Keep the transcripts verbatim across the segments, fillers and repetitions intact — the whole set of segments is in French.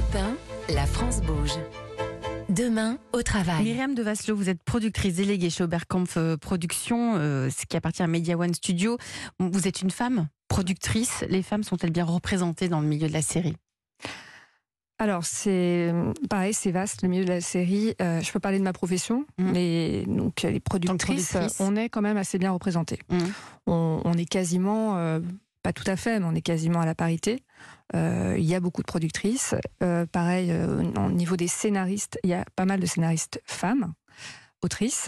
Europe un, la France bouge. Demain, au travail. Myriam de Vasselot, vous êt productrice déléguée chez Oberkampf Productions, euh, ce qui appartient à Media One Studio. Vous êtes une femme productrice. Les femmes sont-elles bien représentées dans le milieu de la série ? Alors, c'est pareil, c'est vaste le milieu de la série. Euh, je peux parler de ma profession, mmh. mais donc les productrices, on est quand même assez bien représentées. Mmh. On, on est quasiment, euh, pas tout à fait, mais on est quasiment à la parité. Euh, il y a beaucoup de productrices. Euh, pareil, euh, au niveau des scénaristes, il y a pas mal de scénaristes femmes, autrices.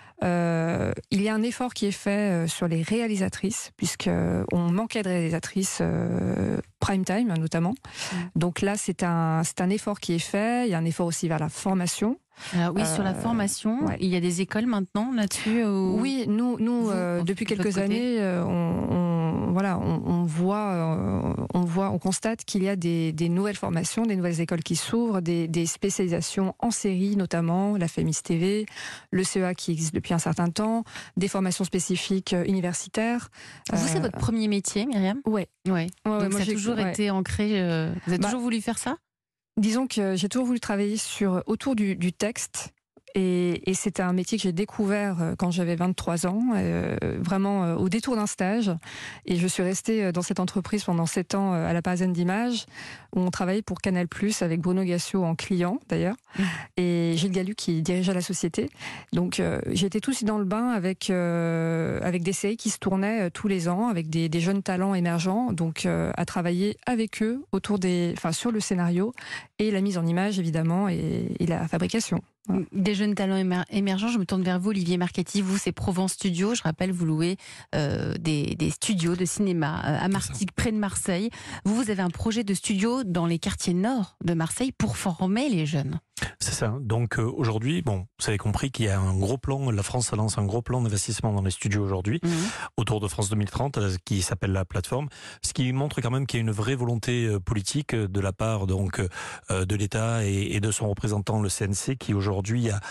Euh, il y a un effort qui est fait euh, sur les réalisatrices, puisqu'on manquait de réalisatrices euh, prime time notamment. Mmh. Donc là, c'est un, c'est un effort qui est fait. Il y a un effort aussi vers la formation. Alors oui, euh, sur la formation, ouais. Il y a des écoles maintenant là-dessus ou... Oui, nous, nous euh, depuis quelques années, euh, on, on, voilà, on, on, voit, euh, on voit, on constate qu'il y a des, des nouvelles formations, des nouvelles écoles qui s'ouvrent, des, des spécialisations en série notamment, la Fémis T V, le C E A qui existe depuis un certain temps, des formations spécifiques universitaires. Vous, euh, c'est votre premier métier, Myriam ? Oui. Ouais. Ouais, Donc ouais, ça a toujours ouais. été ancré. Euh, vous avez bah, toujours voulu faire ça ? Disons que j'ai toujours voulu travailler sur, autour du, du texte. Et, et c'était un métier que j'ai découvert quand j'avais vingt-trois ans, euh, vraiment euh, au détour d'un stage. Et je suis restée dans cette entreprise pendant sept ans à la Parisienne d'Images, où on travaillait pour Canal+, avec Bruno Gassio en client d'ailleurs, mmh. et Gilles Galu qui dirigeait la société. Donc euh, j'étais tout de suite dans le bain avec, euh, avec des séries qui se tournaient euh, tous les ans, avec des, des jeunes talents émergents, donc euh, à travailler avec eux autour des, enfin, sur le scénario et la mise en image évidemment et, et la fabrication. Voilà. Des jeunes talents émer- émergents, je me tourne vers vous, Olivier Marchetti. Vous, c'est Provence Studio. Je rappelle, vous louez euh, des, des studios de cinéma euh, à Martigues, près de Marseille. Vous, vous avez un projet de studio dans les quartiers nord de Marseille pour former les jeunes. C'est ça. Donc euh, aujourd'hui, bon, vous avez compris qu'il y a un gros plan, la France lance un gros plan d'investissement dans les studios aujourd'hui, mmh. autour de France deux mille trente, qui s'appelle la plateforme, ce qui montre quand même qu'il y a une vraie volonté euh, politique de la part donc euh, de l'État et, et de son représentant, le C N C, qui aujourd'hui a,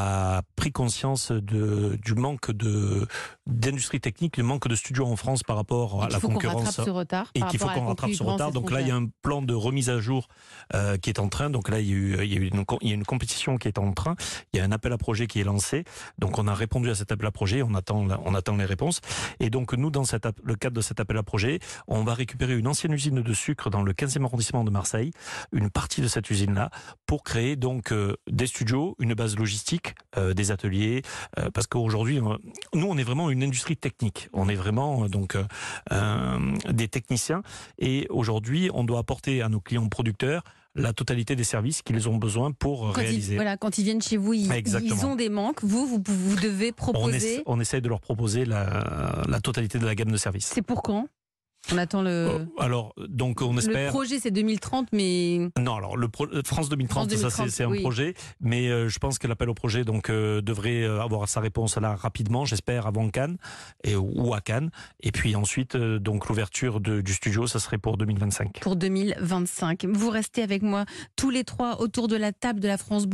a pris conscience de, du manque de, d'industrie technique, du manque de studios en France par rapport à la concurrence. Ce retard, et qu'il faut qu'on rattrape ce retard. Donc là, il y a un plan de remise à jour euh, qui est en train. Donc là, il y a eu, il y a eu une il y a une compétition qui est en train, il y a un appel à projet qui est lancé, donc on a répondu à cet appel à projet, on attend, on attend les réponses, et donc nous, dans cette, le cadre de cet appel à projet, on va récupérer une ancienne usine de sucre dans le quinzième arrondissement de Marseille, une partie de cette usine-là, pour créer donc euh, des studios, une base logistique, euh, des ateliers, euh, parce qu'aujourd'hui, euh, nous on est vraiment une industrie technique, on est vraiment euh, donc euh, des techniciens, et aujourd'hui on doit apporter à nos clients producteurs la totalité des services qu'ils ont besoin pour quand réaliser. Ils, voilà, quand ils viennent chez vous, ils, ils ont des manques. Vous, vous, vous devez proposer... On essaie, on essaie de leur proposer la, la totalité de la gamme de services. C'est pour quand ? On attend le... Euh, alors, donc on espère... Le projet, c'est deux mille trente, mais... Non, alors, le pro... France deux mille trente, France deux mille trente ça, c'est, c'est un oui. projet, mais euh, je pense que l'appel au projet donc, euh, devrait avoir sa réponse là rapidement, j'espère, avant Cannes, et, ou à Cannes. Et puis ensuite, euh, donc l'ouverture de, du studio, ça serait pour deux mille vingt-cinq. Pour deux mille vingt-cinq. Vous restez avec moi tous les trois autour de la table de la France